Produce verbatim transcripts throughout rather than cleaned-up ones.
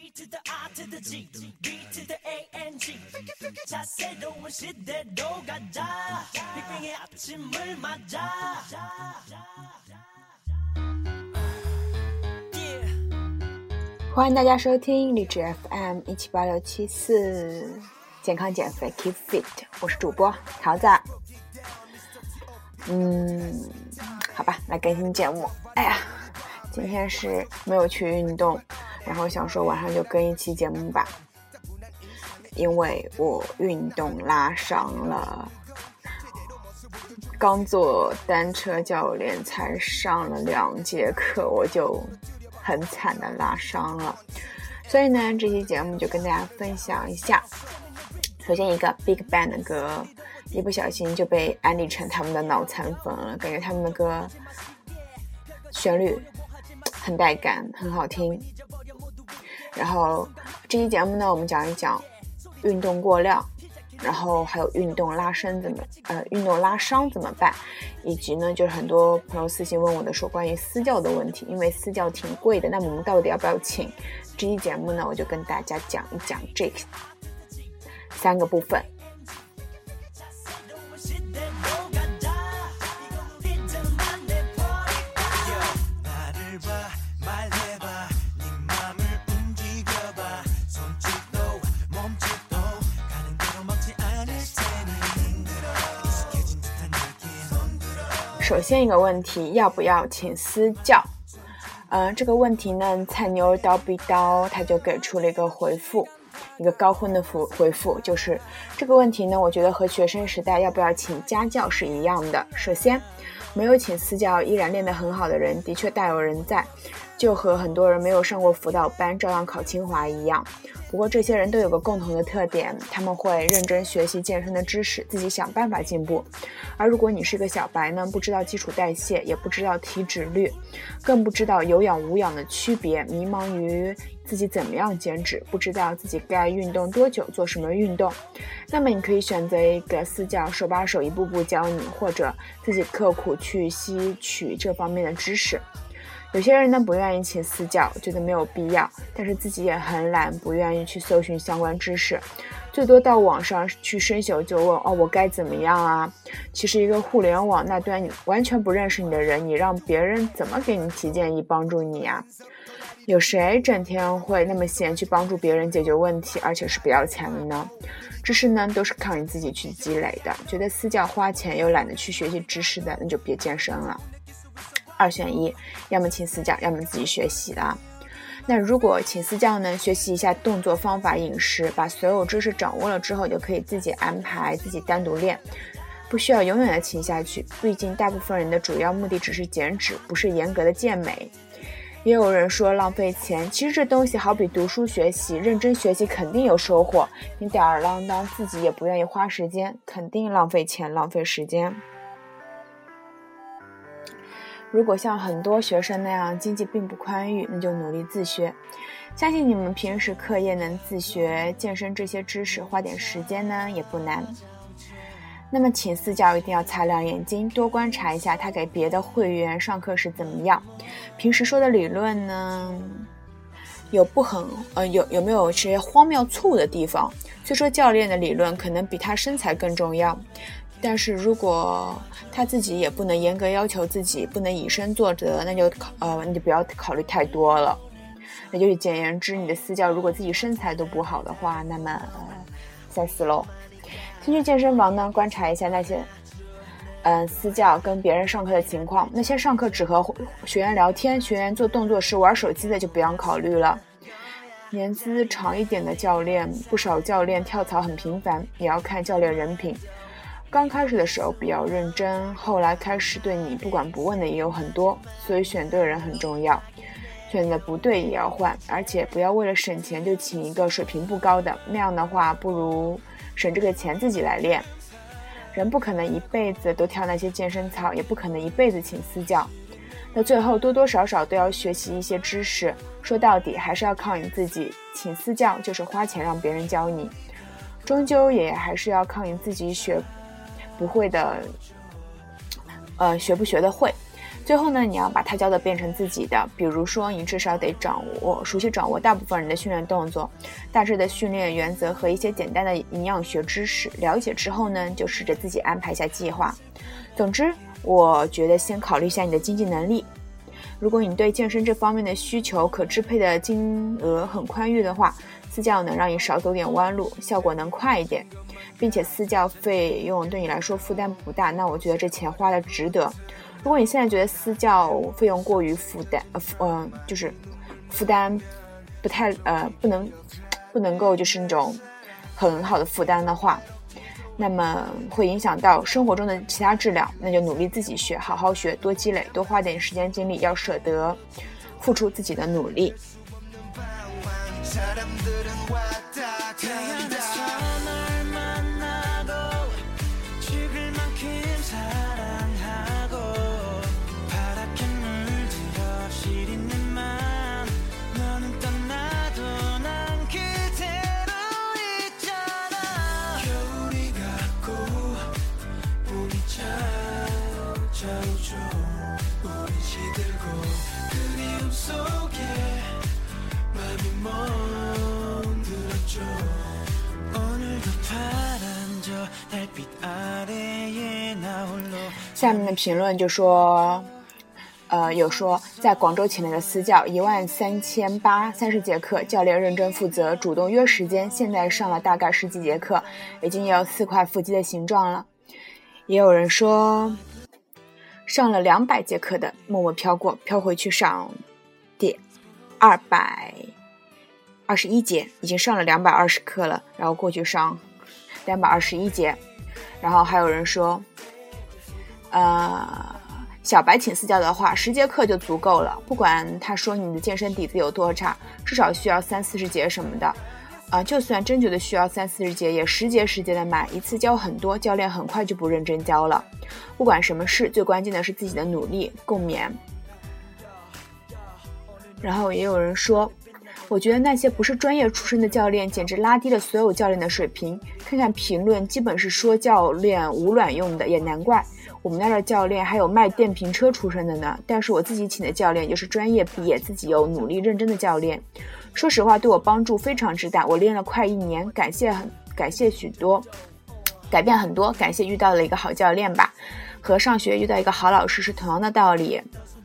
欢迎大家收听荔枝 F M 一七八六七四健康减肥 Keep Fit， 我是主播桃子。嗯，好吧，来更新节目。哎呀，今天是没有去运动，然后想说晚上就更一期节目吧，因为我运动拉伤了，刚做单车教练才上了两节课，我就很惨的拉伤了。所以呢，这期节目就跟大家分享一下。首先一个 Big Bang 的歌，一不小心就被安利成他们的脑残粉了，感觉他们的歌旋律很带感，很好听。然后这期节目呢，我们讲一讲运动过量，然后还有运动拉伸怎么呃运动拉伤怎么办，以及呢就是很多朋友私信问我的说关于私教的问题，因为私教挺贵的，那么我们到底要不要请？这期节目呢，我就跟大家讲一讲这三个部分。首先一个问题，要不要请私教？呃，这个问题呢，菜妞叨逼叨他就给出了一个回复，一个高分的回复，就是这个问题呢，我觉得和学生时代要不要请家教是一样的。首先，没有请私教依然练得很好的人的确大有人在，就和很多人没有上过辅导班照样考清华一样。不过这些人都有个共同的特点，他们会认真学习健身的知识，自己想办法进步。而如果你是个小白呢，不知道基础代谢，也不知道体脂率，更不知道有氧无氧的区别，迷茫于自己怎么样减脂，不知道自己该运动多久，做什么运动，那么你可以选择一个私教，手把手一步步教你，或者自己刻苦去吸取这方面的知识。有些人呢不愿意请私教，觉得没有必要，但是自己也很懒，不愿意去搜寻相关知识，最多到网上去伸手就问哦，我该怎么样啊？其实一个互联网那端你完全不认识你的人，你让别人怎么给你提建议帮助你啊？有谁整天会那么闲去帮助别人解决问题，而且是不要钱的呢？知识呢都是靠你自己去积累的，觉得私教花钱又懒得去学习知识的，那就别健身了。二选一，要么请私教，要么自己学习啦。那如果请私教呢，学习一下动作方法饮食，把所有知识掌握了之后，就可以自己安排，自己单独练，不需要永远的请下去，毕竟大部分人的主要目的只是减脂，不是严格的健美。也有人说浪费钱，其实这东西好比读书学习，认真学习肯定有收获，你吊儿郎当自己也不愿意花时间，肯定浪费钱浪费时间。如果像很多学生那样经济并不宽裕，那就努力自学，相信你们平时课业能自学健身这些知识，花点时间呢也不难。那么请私教一定要擦亮眼睛，多观察一下他给别的会员上课是怎么样，平时说的理论呢有不很呃有有没有些荒谬错误的地方。虽说教练的理论可能比他身材更重要，但是如果他自己也不能严格要求自己，不能以身作则，那就呃你就不要考虑太多了。那就是简言之，你的私教如果自己身材都不好的话，那么呃塞死喽。先去健身房呢，观察一下那些嗯、呃、私教跟别人上课的情况，那些上课只和学员聊天，学员做动作时玩手机的就不要考虑了。年资长一点的教练，不少教练跳槽很频繁，也要看教练人品。刚开始的时候比较认真，后来开始对你不管不问的也有很多，所以选对人很重要，选的不对也要换，而且不要为了省钱就请一个水平不高的，那样的话不如省这个钱自己来练。人不可能一辈子都跳那些健身操，也不可能一辈子请私教，到最后多多少少都要学习一些知识，说到底还是要靠你自己，请私教就是花钱让别人教你，终究也还是要靠你自己学不会的呃，学不学得会。 最后呢，你要把它教的变成自己的，比如说你至少得掌握熟悉掌握大部分人的训练动作，大致的训练原则和一些简单的营养学知识，了解之后呢，就试着自己安排一下计划。总之我觉得先考虑一下你的经济能力，如果你对健身这方面的需求可支配的金额很宽裕的话，私教能让你少走点弯路，效果能快一点，并且私教费用对你来说负担不大，那我觉得这钱花的值得。如果你现在觉得私教费用过于负担呃呃就是负担不太呃不能不能够就是那种很好的负担的话，那么会影响到生活中的其他质量，那就努力自己学，好好学，多积累，多花点时间精力，要舍得付出自己的努力。下面的评论就说呃，有说在广州请了个私教，一万三千八三十节课，教练认真负责，主动约时间，现在上了大概十几节课，已经有四块腹肌的形状了。也有人说上了两百节课的默默飘过，飘回去上第二百二十一节，已经上了两百二十课了，然后过去上两百二十一节。然后还有人说呃，小白请私教的话，十节课就足够了，不管他说你的健身底子有多差，至少需要三四十节什么的。啊、呃，就算真觉得需要三四十节，也十节十节的买，一次教很多，教练很快就不认真教了。不管什么事，最关键的是自己的努力共勉。然后也有人说，我觉得那些不是专业出身的教练简直拉低了所有教练的水平，看看评论基本是说教练无卵用的，也难怪我们那儿的教练还有卖电瓶车出身的呢。但是我自己请的教练就是专业毕业，自己有努力认真的教练，说实话对我帮助非常之大，我练了快一年，感谢很感谢许多改变很多，感谢遇到了一个好教练吧，和上学遇到一个好老师是同样的道理。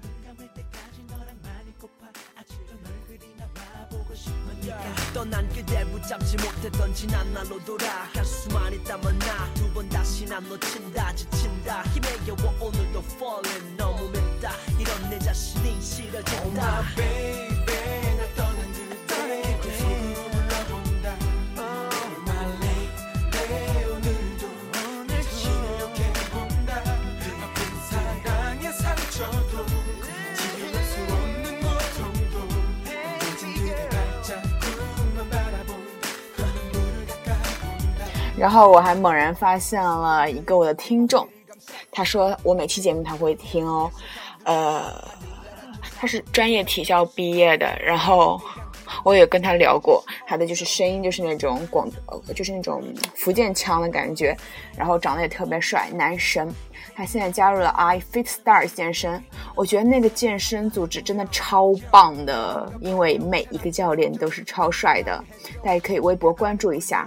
然后我还猛然发现了一个我的听众，他说我每期节目他会听哦，呃，他是专业体校毕业的，然后我也跟他聊过，他的就是声音就是那种广，就是那种福建腔的感觉，然后长得也特别帅，男神。他现在加入了 iFitStar 健身，我觉得那个健身组织真的超棒的，因为每一个教练都是超帅的，大家可以微博关注一下。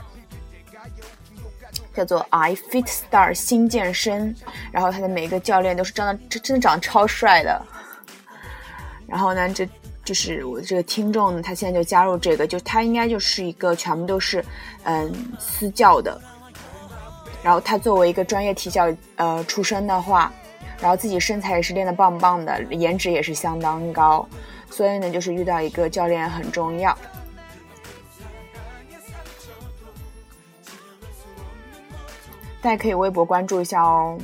叫做 iFitStar 新健身，然后他的每一个教练都是长得真的长得超帅的。然后呢，这就是我这个听众呢，他现在就加入这个，就他应该就是一个全部都是嗯私教的。然后他作为一个专业体校呃出身的话，然后自己身材也是练得棒棒的，颜值也是相当高，所以呢，就是遇到一个教练很重要。大家可以微博关注一下哦。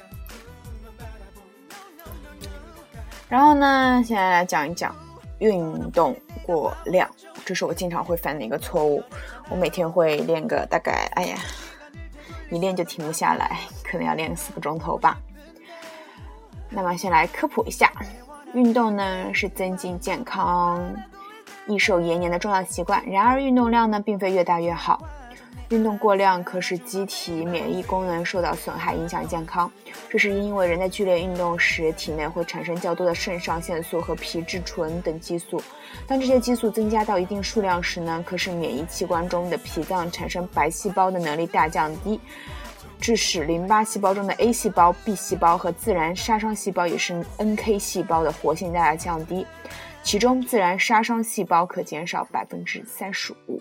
然后呢，现在来讲一讲运动过量，这是我经常会犯的一个错误。我每天会练个大概，哎呀，一练就停不下来，可能要练四个钟头吧。那么先来科普一下，运动呢是增进健康、益寿延年的重要习惯。然而运动量呢并非越大越好。 运动过量可使机体免疫功能受到损害，影响健康。这是因为人在剧烈运动时，体内会产生较多的肾上腺素和皮质醇等激素。当这些激素增加到一定数量时呢，可使免疫器官中的脾脏产生白细胞的能力大降低，致使淋巴细胞中的 A 细胞、B 细胞和自然杀伤细胞，也是 N K 细胞的活性大大降低，其中自然杀伤细胞可减少 百分之三十五。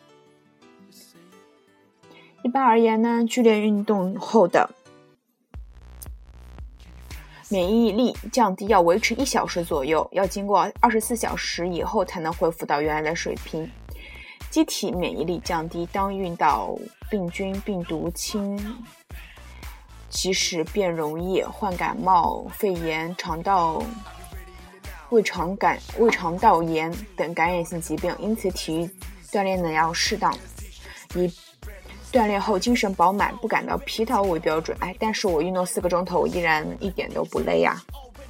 一般而言呢，剧烈运动后的免疫力降低要维持一小时左右，要经过二十四小时以后才能恢复到原来的水平。机体免疫力降低，当遇到病菌、病毒侵其实便容易患感冒、肺炎、肠道胃肠感胃肠道炎等感染性疾病，因此体育锻炼呢要适当，以锻炼后精神饱满不感到疲劳为标准。哎，但是我运动四个钟头，我依然一点都不累呀、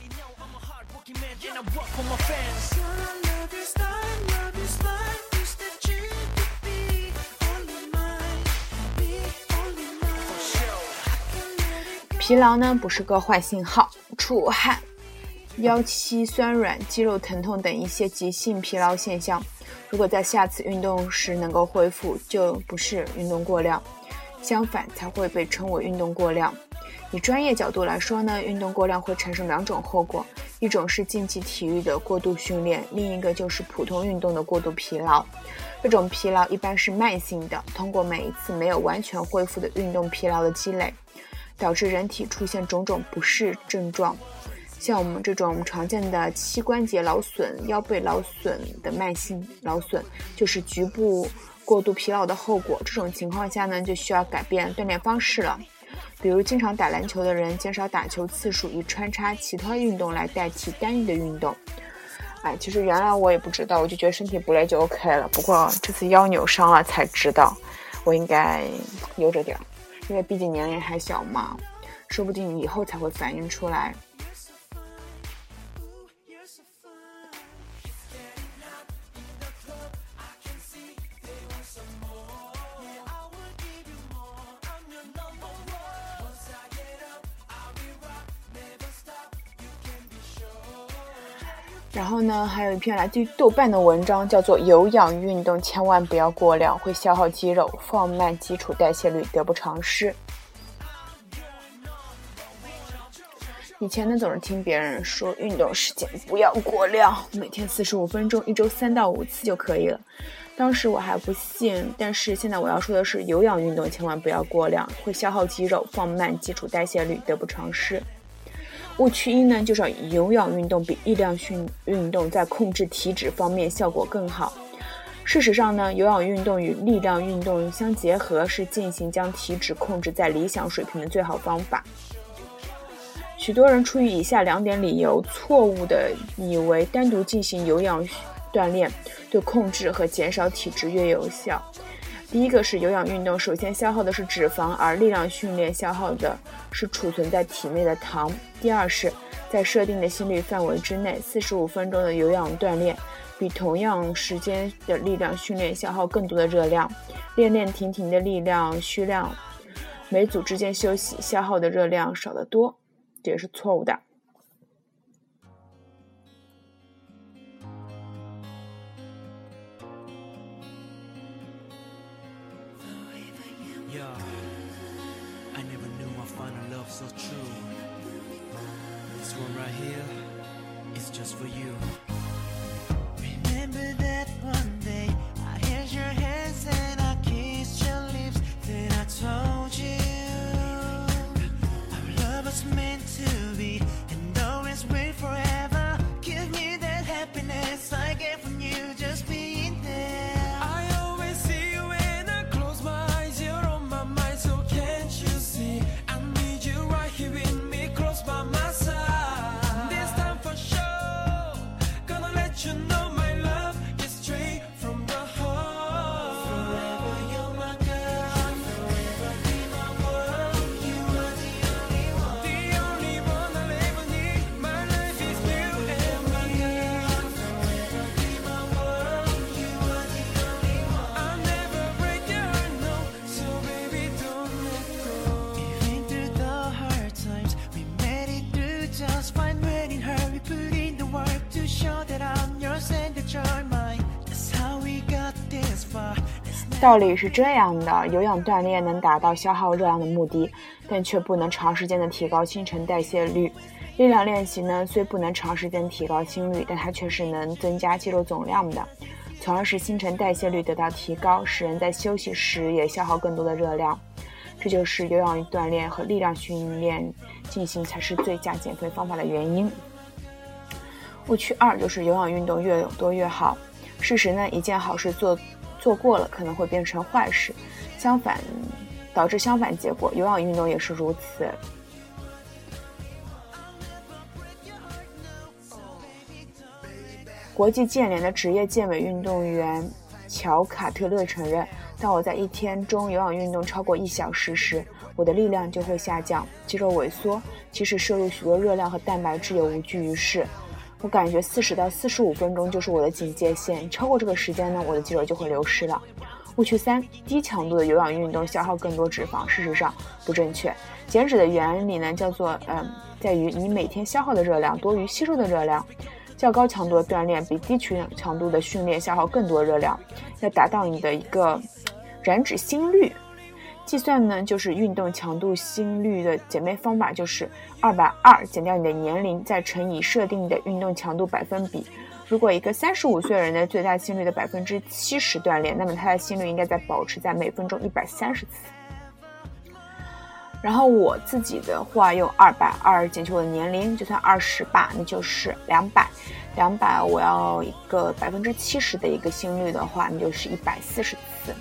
疲劳呢不是个坏信号，出汗、腰膝酸软、肌肉疼痛等一些急性疲劳现象，如果在下次运动时能够恢复，就不是运动过量，相反才会被称为运动过量。以专业角度来说呢，运动过量会产生两种后果，一种是竞技体育的过度训练，另一个就是普通运动的过度疲劳。这种疲劳一般是慢性的，通过每一次没有完全恢复的运动疲劳的积累，导致人体出现种种不适症状。像我们这种常见的膝关节劳损、腰背劳损的慢性劳损，就是局部过度疲劳的后果。这种情况下呢，就需要改变锻炼方式了。比如经常打篮球的人，减少打球次数，以穿插其他运动来代替单一的运动。哎，其实原来我也不知道，我就觉得身体不累就 OK 了。不过这次腰扭伤了才知道，我应该悠着点，因为毕竟年龄还小嘛，说不定以后才会反映出来。然后呢，还有一篇来自于豆瓣的文章，叫做有氧运动千万不要过量，会消耗肌肉，放慢基础代谢率，得不偿失。以前呢，总是听别人说运动时间不要过量，每天四十五分钟，一周三到五次就可以了。当时我还不信，但是现在我要说的是，有氧运动千万不要过量，会消耗肌肉，放慢基础代谢率，得不偿失。误区一呢，就是有氧运动比力量运动在控制体脂方面效果更好。事实上呢，有氧运动与力量运动相结合，是进行将体脂控制在理想水平的最好方法。许多人出于以下两点理由，错误地以为单独进行有氧锻炼对控制和减少体脂越有效。第一个是有氧运动首先消耗的是脂肪，而力量训练消耗的是储存在体内的糖。第二是在设定的心率范围之内，四十五分钟的有氧锻炼比同样时间的力量训练消耗更多的热量，练练停停的力量需量，每组之间休息消耗的热量少得多，这也是错误的。 So true. This one right here is just for you. Remember that one day I held your hands and I kissed your lips. Then I told you our love was meant to be and always wait forever. Give me that happiness I get from you just being there. I always see you when I close my eyes. You're on my mind, so can't you see? Here with me close by my side. This time for sure, gonna 道理是这样的，有氧锻炼能达到消耗热量的目的，但却不能长时间的提高新陈代谢率。力量练习呢，虽不能长时间提高心率，但它却是能增加肌肉总量的，从而使新陈代谢率得到提高，使人在休息时也消耗更多的热量。这就是有氧锻炼和力量训练进行才是最佳减肥方法的原因。误区二就是有氧运动越多越好。事实呢，一件好事做做过了可能会变成坏事，相反导致相反结果，有氧运动也是如此。国际健联的职业健美运动员乔卡特勒承认，当我在一天中有氧运动超过一小时时，我的力量就会下降，肌肉萎缩，即使摄入许多热量和蛋白质也无济于事。我感觉四十到四十五分钟就是我的警戒线，超过这个时间呢，我的肌肉就会流失了。误区三，低强度的有氧运动消耗更多脂肪，事实上不正确。减脂的原理呢，叫做嗯，在于你每天消耗的热量多于吸收的热量。较高强度的锻炼比低强度的训练消耗更多热量，要达到你的一个燃脂心率。计算呢，就是运动强度心率的减配方法就是二百二减掉你的年龄，再乘以设定的运动强度百分比。如果一个三十五岁人的最大心率的百分之七十锻炼，那么他的心率应该在保持在每分钟一百三十次。然后我自己的话，用二百二减去我的年龄，就算二十吧，那就是两百。两百我要一个百分之七十的一个心率的话，那就是一百四十次。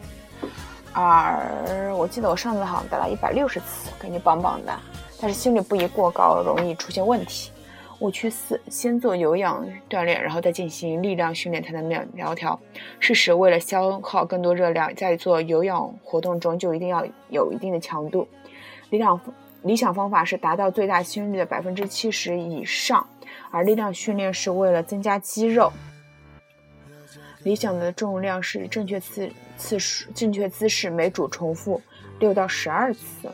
而我记得我上次好像达到一百六十次，感觉棒棒的，但是心率不宜过高，容易出现问题。误区四，先做有氧锻炼，然后再进行力量训练才能苗条。事实，为了消耗更多热量，在做有氧活动中就一定要有一定的强度。理想理想方法是达到最大心率的百分之七十以上，而力量训练是为了增加肌肉。理想的重量是正确次次数正确姿势每组重复六到十二次。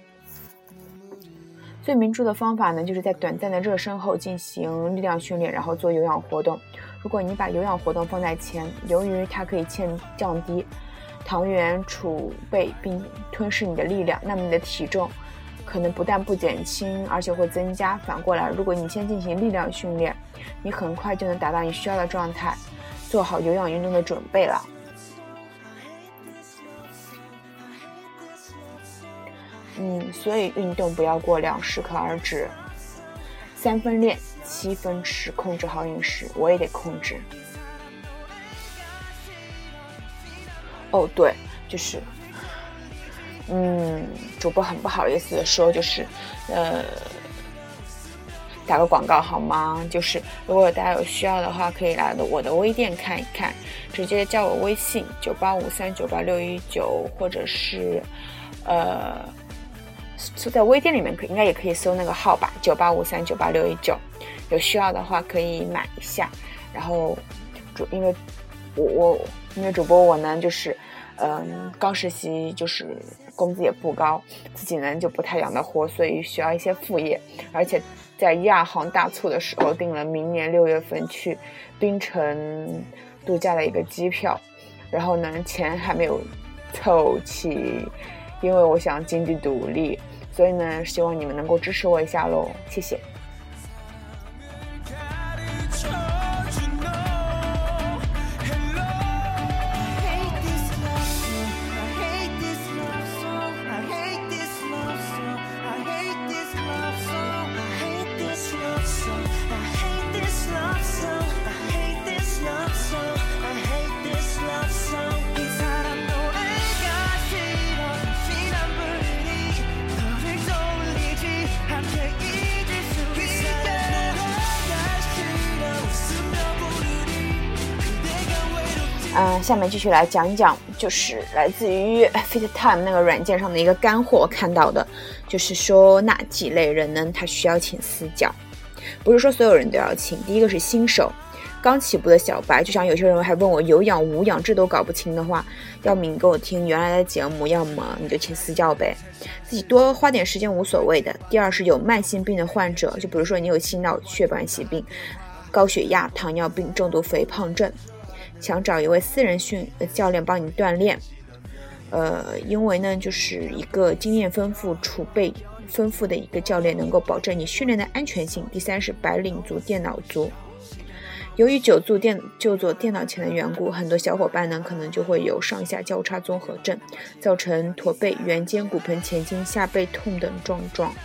最明智的方法呢，就是在短暂的热身后进行力量训练，然后做有氧活动。如果你把有氧活动放在前，由于它可以降降低糖原储备并吞噬你的力量，那么你的体重可能不但不减轻，而且会增加。反过来，如果你先进行力量训练，你很快就能达到你需要的状态，做好有氧运动的准备了。嗯，所以运动不要过量，适可而止。三分练，七分吃，控制好饮食，我也得控制。哦，对，就是，嗯，主播很不好意思的说，就是，呃，打个广告好吗？就是如果大家有需要的话，可以来我的微店看一看，直接加我微信九八五三九八六一九，或者是，呃。在微店里面可应该也可以搜那个号吧，九八五三九八六一九，有需要的话可以买一下。然后主因为我我因为主播我呢就是嗯刚实习，就是工资也不高，自己呢就不太养得活，所以需要一些副业。而且在亚航大促的时候订了明年六月份去槟城度假的一个机票，然后呢钱还没有凑齐，因为我想经济独立，所以呢希望你们能够支持我一下咯，谢谢。嗯，下面继续来讲一讲，就是来自于 FitTime 那个软件上的一个干货看到的，就是说哪几类人呢？他需要请私教，不是说所有人都要请。第一个是新手，刚起步的小白，就像有些人还问我有氧无氧这都搞不清的话，要么你给我听原来的节目，要么你就请私教呗，自己多花点时间无所谓的。第二是有慢性病的患者，就比如说你有心脑血管疾病、高血压、糖尿病、重度肥胖症。 想找一位私人训教练帮你锻炼，呃，因为呢，就是一个经验丰富、储备丰富的一个教练能够保证你训练的安全性。第三是白领族、电脑族。由于久坐电就坐电脑前的缘故，很多小伙伴呢可能就会有上下交叉综合症，造成驼背、圆肩、骨盆前倾、下背痛等状况。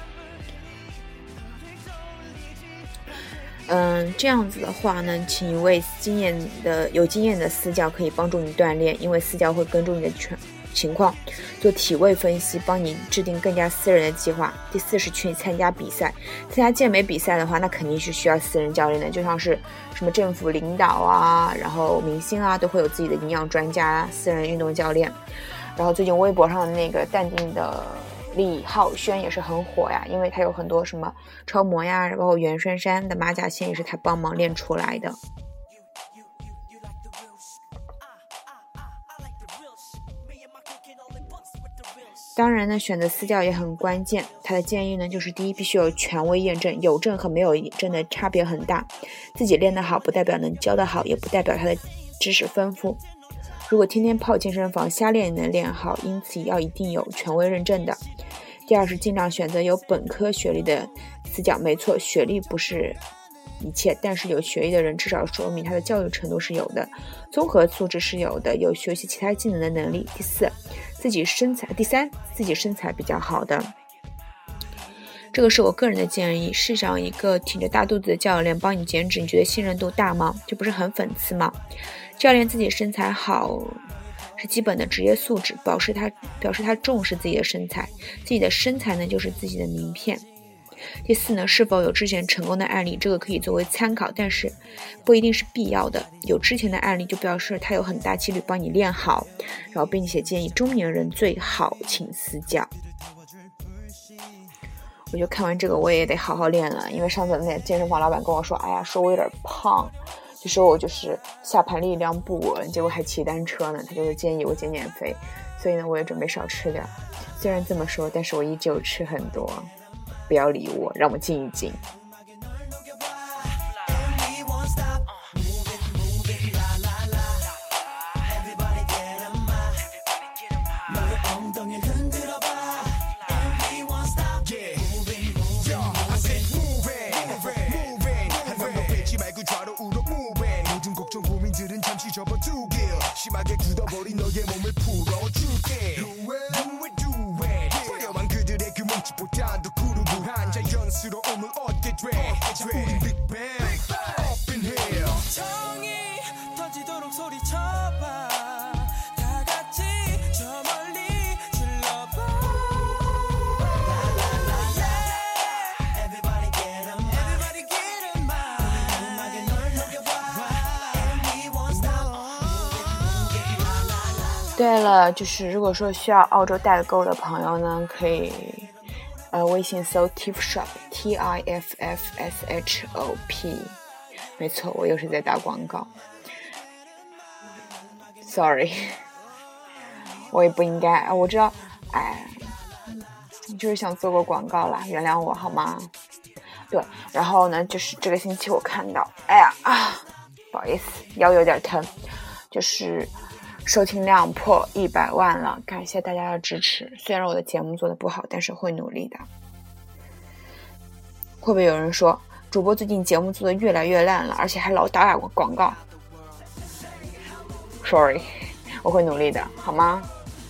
嗯，这样子的话呢，请一位经验的有经验的私教可以帮助你锻炼，因为私教会跟踪你的全情况做体位分析，帮你制定更加私人的计划。第四是去参加比赛，参加健美比赛的话，那肯定是需要私人教练的，就像是什么政府领导啊，然后明星啊，都会有自己的营养专家、私人运动教练。然后最近微博上的那个淡定的李浩轩也是很火呀，因为他有很多什么超模呀，包括袁姗姗的马甲线也是他帮忙练出来的。当然呢，选择私教也很关键。他的建议呢，就是第一，必须有权威验证，有证和没有证的差别很大。自己练得好，不代表能教得好，也不代表他的知识丰富。如果天天泡健身房瞎练也能练好，因此要一定有权威认证的。第二是尽量选择有本科学历的私教，没错，学历不是一切，但是有学历的人至少说明他的教育程度是有的，综合素质是有的，有学习其他技能的能力。第四，自己身材，第三，自己身材比较好的。这个是我个人的建议，试上一个挺着大肚子的教练帮你减脂，你觉得信任度大吗？这不是很讽刺吗？教练自己身材好是基本的职业素质，表示他表示他重视自己的身材，自己的身材呢就是自己的名片。第四呢，是否有之前成功的案例，这个可以作为参考，但是不一定是必要的。有之前的案例就表示他有很大几率帮你练好，然后并且建议中年人最好请私教。我就看完这个我也得好好练了，因为上次那健身房老板跟我说，哎呀，说我有点胖，就说我就是下盘力量不稳，结果还骑单车呢，他就会建议我减减肥，所以呢我也准备少吃点。虽然这么说，但是我依旧吃很多。不要理我，让我静一静。对了，就是如果说需要澳洲代购的朋友呢，可以呃微信搜 Tiff Shop T I F F S H O P。 没错，我又是在打广告 Sorry 我也不应该，我知道，哎，就是想做个广告啦，原谅我好吗？对，然后呢就是这个星期我看到，哎呀啊，不好意思，腰有点疼，就是收听量破一百万了，感谢大家的支持。虽然我的节目做得不好，但是会努力的。会不会有人说，主播最近节目做得越来越烂了，而且还老打打广告 ？Sorry， 我会努力的，好吗？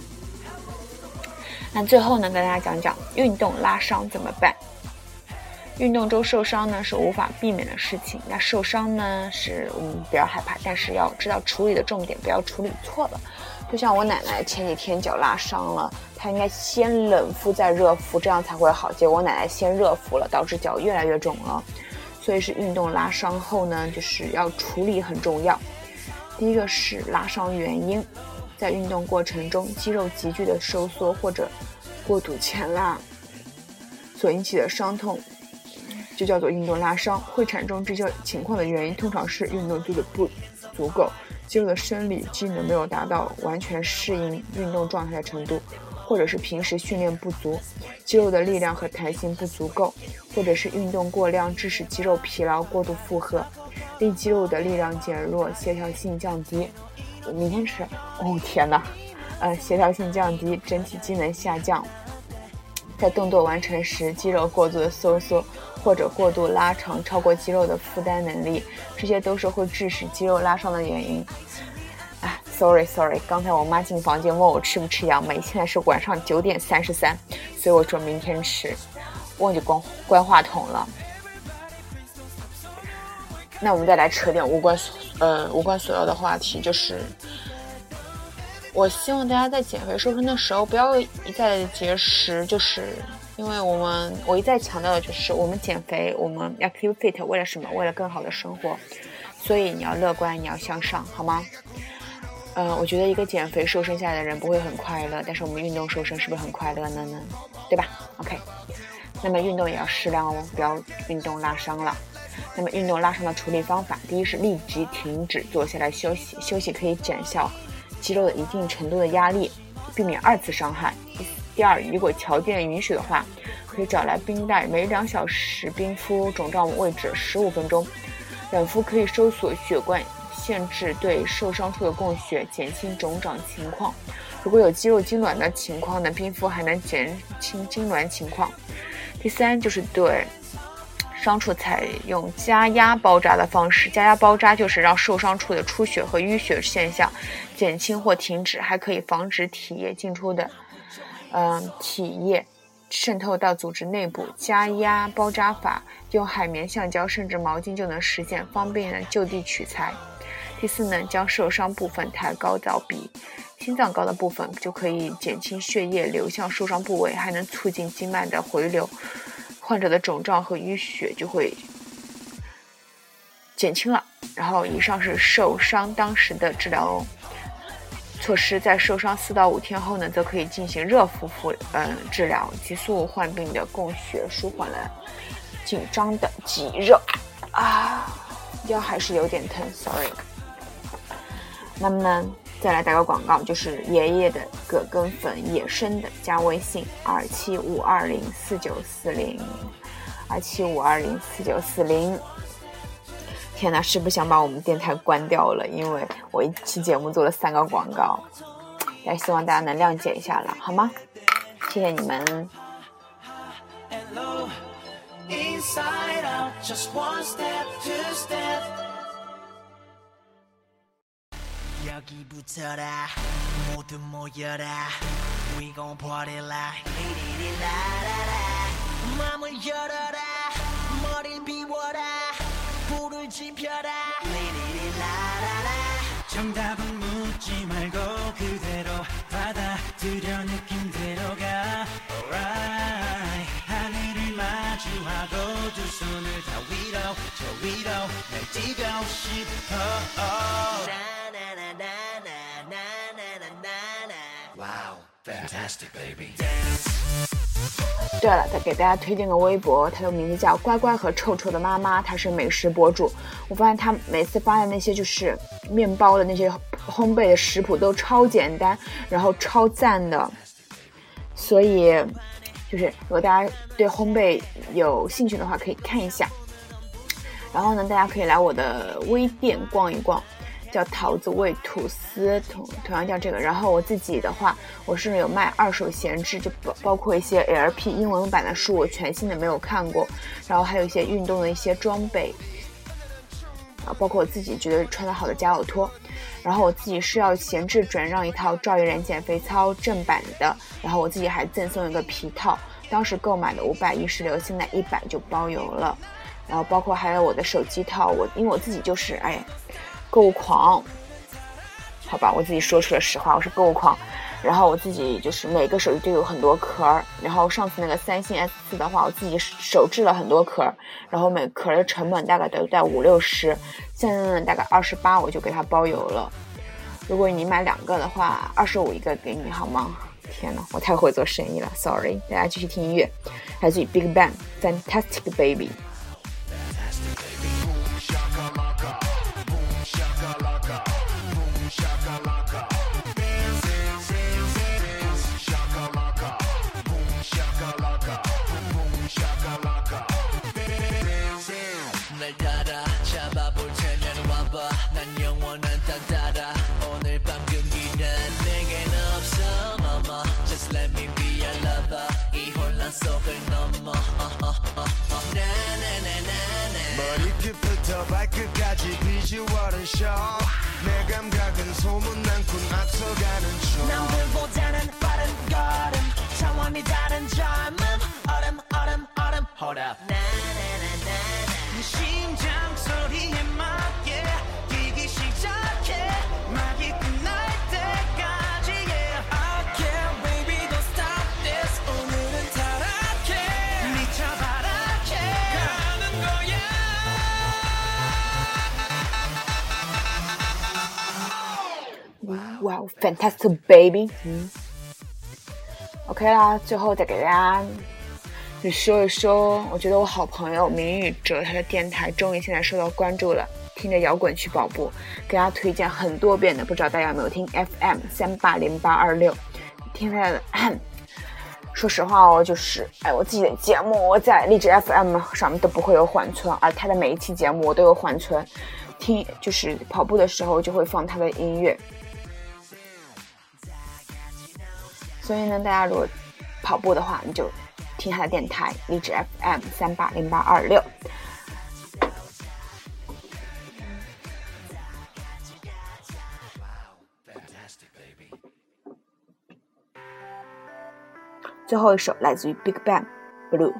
那最后呢，跟大家讲讲运动拉伤怎么办。运动中受伤呢是无法避免的事情，那受伤呢是我们不要害怕，但是要知道处理的重点，不要处理错了。就像我奶奶前几天脚拉伤了，她应该先冷敷再热敷，这样才会好，结果我奶奶先热敷了，导致脚越来越肿了。所以是运动拉伤后呢，就是要处理很重要。第一个是拉伤原因，在运动过程中肌肉急剧的收缩或者过度前拉所引起的伤痛，就叫做运动拉伤。会产生这些情况的原因通常是运动做的不足够，肌肉的生理机能没有达到完全适应运动状态的程度，或者是平时训练不足，肌肉的力量和弹性不足够，或者是运动过量致使肌肉疲劳过度负荷， 令肌肉的力量减弱，协调性降低。我明天吃，哦天哪，呃，协调性降低，整体机能下降。在动作完成时，肌肉过度的收缩或者过度拉长，超过肌肉的负担能力，这些都是会致使肌肉拉伤的原因。啊 ，sorry sorry， 刚才我妈进房间问我吃不吃杨梅，现在是晚上九点三十三，所以我说明天吃，忘记关关话筒了。那我们再来扯点无关呃无关所要的话题，就是我希望大家在减肥瘦身的时候不要一再节食，就是因为我们我一再强调的就是我们减肥我们要 keep fit， 为了什么？为了更好的生活，所以你要乐观，你要向上，好吗？呃，我觉得一个减肥瘦身下来的人不会很快乐，但是我们运动瘦身是不是很快乐呢？呢，对吧 ？OK， 那么运动也要适量哦，不要运动拉伤了。那么运动拉伤的处理方法，第一是立即停止，坐下来休息，休息可以减小肌肉的一定程度的压力，避免二次伤害。第二，如果条件允许的话，可以找来冰袋，每两小时冰敷肿胀位置十五分钟，冷敷可以收缩血管，限制对受伤处的供血，减轻肿胀情况。如果有肌肉痉挛的情况呢，冰敷还能减轻痉挛情况。第三就是对伤处采用加压包扎的方式，加压包扎就是让受伤处的出血和淤血现象减轻或停止，还可以防止体液进出的嗯，体液渗透到组织内部。加压包扎法用海绵、橡胶甚至毛巾就能实现，方便人就地取材。第四呢，将受伤部分抬高到比心脏高的部分，就可以减轻血液流向受伤部位，还能促进经脉的回流，患者的肿胀和淤血就会减轻了。然后以上是受伤当时的治疗措施，在受伤四到五天后呢，则可以进行热敷敷呃治疗，急速患病的供血，舒缓了紧张的急热啊，腰还是有点疼 ，sorry。那么呢，再来打个广告，就是爷爷的葛根粉野生的，加微信二七五二零四九四零，二七五二零四九四零。天哪，是不是想把我们电台关掉了？因为我一期节目做了三个广告，也希望大家能谅解一下了，好吗？谢谢你们。对了，再给大家推荐个微博，他的名字叫乖乖和臭臭的妈妈，他是美食博主。我发现他每次发的那些就是面包的那些烘焙的食谱都超简单，然后超赞的，所以就是如果大家对烘焙有兴趣的话可以看一下。然后呢，大家可以来我的微店逛一逛，叫桃子味吐司，同同样叫这个。然后我自己的话，我是有卖二手闲置，就包包括一些 L P 英文版的书，我全新的没有看过，然后还有一些运动的一些装备，啊，包括我自己觉得穿得好的夹脚拖。然后我自己是要闲置转让一套赵一然减肥操正版的，然后我自己还赠送一个皮套，当时购买的五百一十六，现在一百就包邮了。然后包括还有我的手机套，我因为我自己就是哎购物狂，好吧，我自己说出了实话，我是购物狂。然后我自己就是每个手机都有很多壳，然后上次那个三星 S 四 的话，我自己手制了很多壳，然后每壳的成本大概都在五六十，现在呢大概二十八，我就给它包邮了。如果你买两个的话，二十五一个给你，好吗？天哪，我太会做生意了 ，sorry。大家继续听音乐，来自于 Big Bang Fantastic Baby。날 따라 잡아볼 속을 넘어 머리끝부터 발끝까지 비주얼은 쇼 내 감각은 소문난군 앞서가는 중 남들보다는 빠른 걸음 차원이 다른 젊음 얼음 얼음 얼음 Hold up 네 심장 소리에 맞게 뛰기 시작해 막이 끝날 때까지 yeah. I can't baby don't stop this 오늘은 타락해 미쳐 바라게 가는 거야 哇、wow, fantastic baby。 嗯 OK 啦，最后再给大家就说一说，我觉得我好朋友明宇哲他的电台终于现在受到关注了，听着摇滚去跑步，给大家推荐很多遍的，不知道大家有没有听 F M 三八零八二六，听他的。说实话哦，就是哎，我自己的节目我在荔枝 F M 上面都不会有缓存，而他的每一期节目我都有缓存，听就是跑步的时候就会放他的音乐。所以呢，大家如果跑步的话，你就听他的电台荔枝 F M 三八零八二六。最后一首来自于 Big Bang Blue。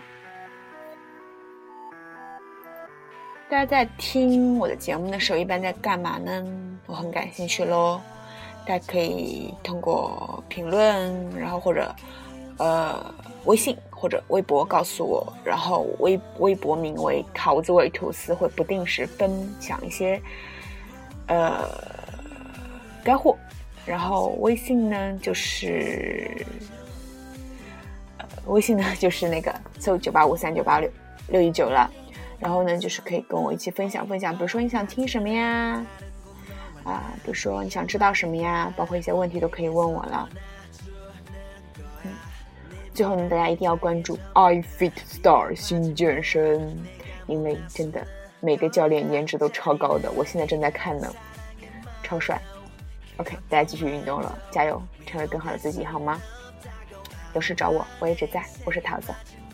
大家在听我的节目的时候一般在干嘛呢？我很感兴趣咯，大家可以通过评论，然后或者呃微信或者微博告诉我，然后微微博名为桃子味吐司，会不定时分享一些呃干货，然后微信呢就是呃微信呢就是那个搜九八五三九八六六一九了，然后呢就是可以跟我一起分享分享，比如说你想听什么呀啊，比如说你想知道什么呀，包括一些问题都可以问我了。嗯，最后呢，大家一定要关注 iFit Star 新健身，因为真的每个教练颜值都超高的，我现在正在看呢，超帅。OK， 大家继续运动了，加油，成为更好的自己，好吗？有事找我，我一直在，我是桃子，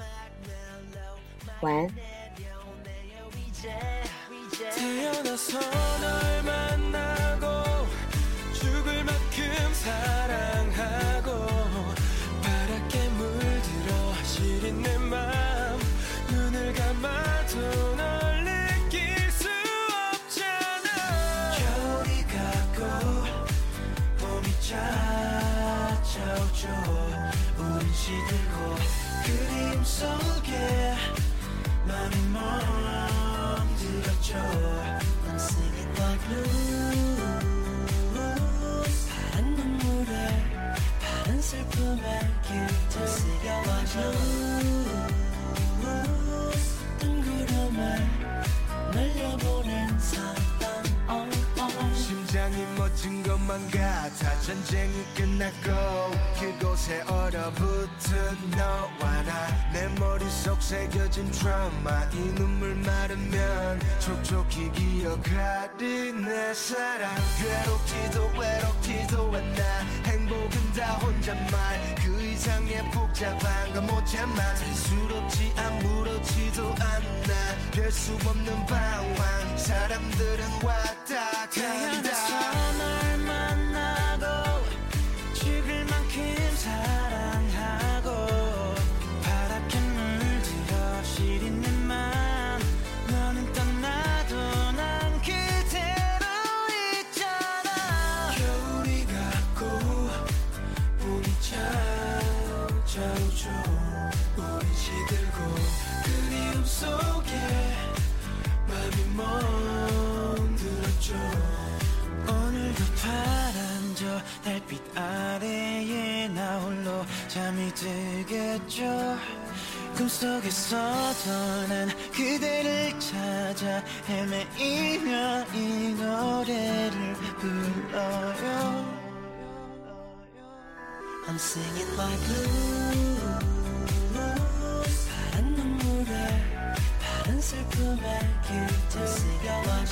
晚安。 태어나서 널 만나고 죽을 만큼 사랑하고 파랗게 물들어 시린 내 맘 눈을 감아도 널 느낄 수 없잖아 겨울이 가고 봄이 찾아오죠 우린 시들고 그림 속에 맘이 멈들었죠 I'm singing like blues 파란 눈물에 파란 슬픔에 길들 singing like blues 뜬 구름에 날려보낸 사랑 oh, oh. 심장이 멎은 것만 같아 전쟁이 끝났고 그곳에 얼어붙은 너와 나 내 머릿속 새겨진 트라우마 이 눈물 마르면 촉촉히 기억하리 내 사랑 괴롭지도 외롭지도 않아 행복은 다 혼잣말 그 이상의 복잡한 건 못 참아 수롭지 아무렇지도 않아 별 수 없는 방황 사람들은 왔다 간다 널 만나고 죽을 만큼 사랑하고 파랗게 물들어 시린 내 맘 너는 떠나도 난 그대로 있잖아 겨울이 가고 봄이 찾아오죠 우린 시들고 그리움 속에 맘이 멍들었죠 오늘도 파란 저 달빛 아래에 나 홀로 잠이 들겠죠 꿈속에서도 난 그대를 찾아 헤매이며 이 노래를 불러요 I'm singing like blues 파란 눈물에 파란 슬픔에 길들 singing like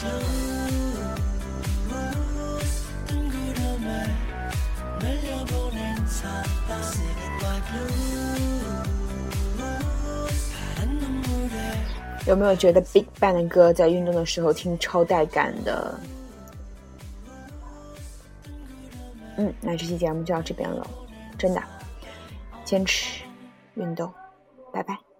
blues 뜬 구름에 날려보낸 사랑 singing like blues 有没有觉得 Big Bang 的歌在运动的时候听超带感的？嗯，那这期节目就到这边了，真的，坚持运动，拜拜。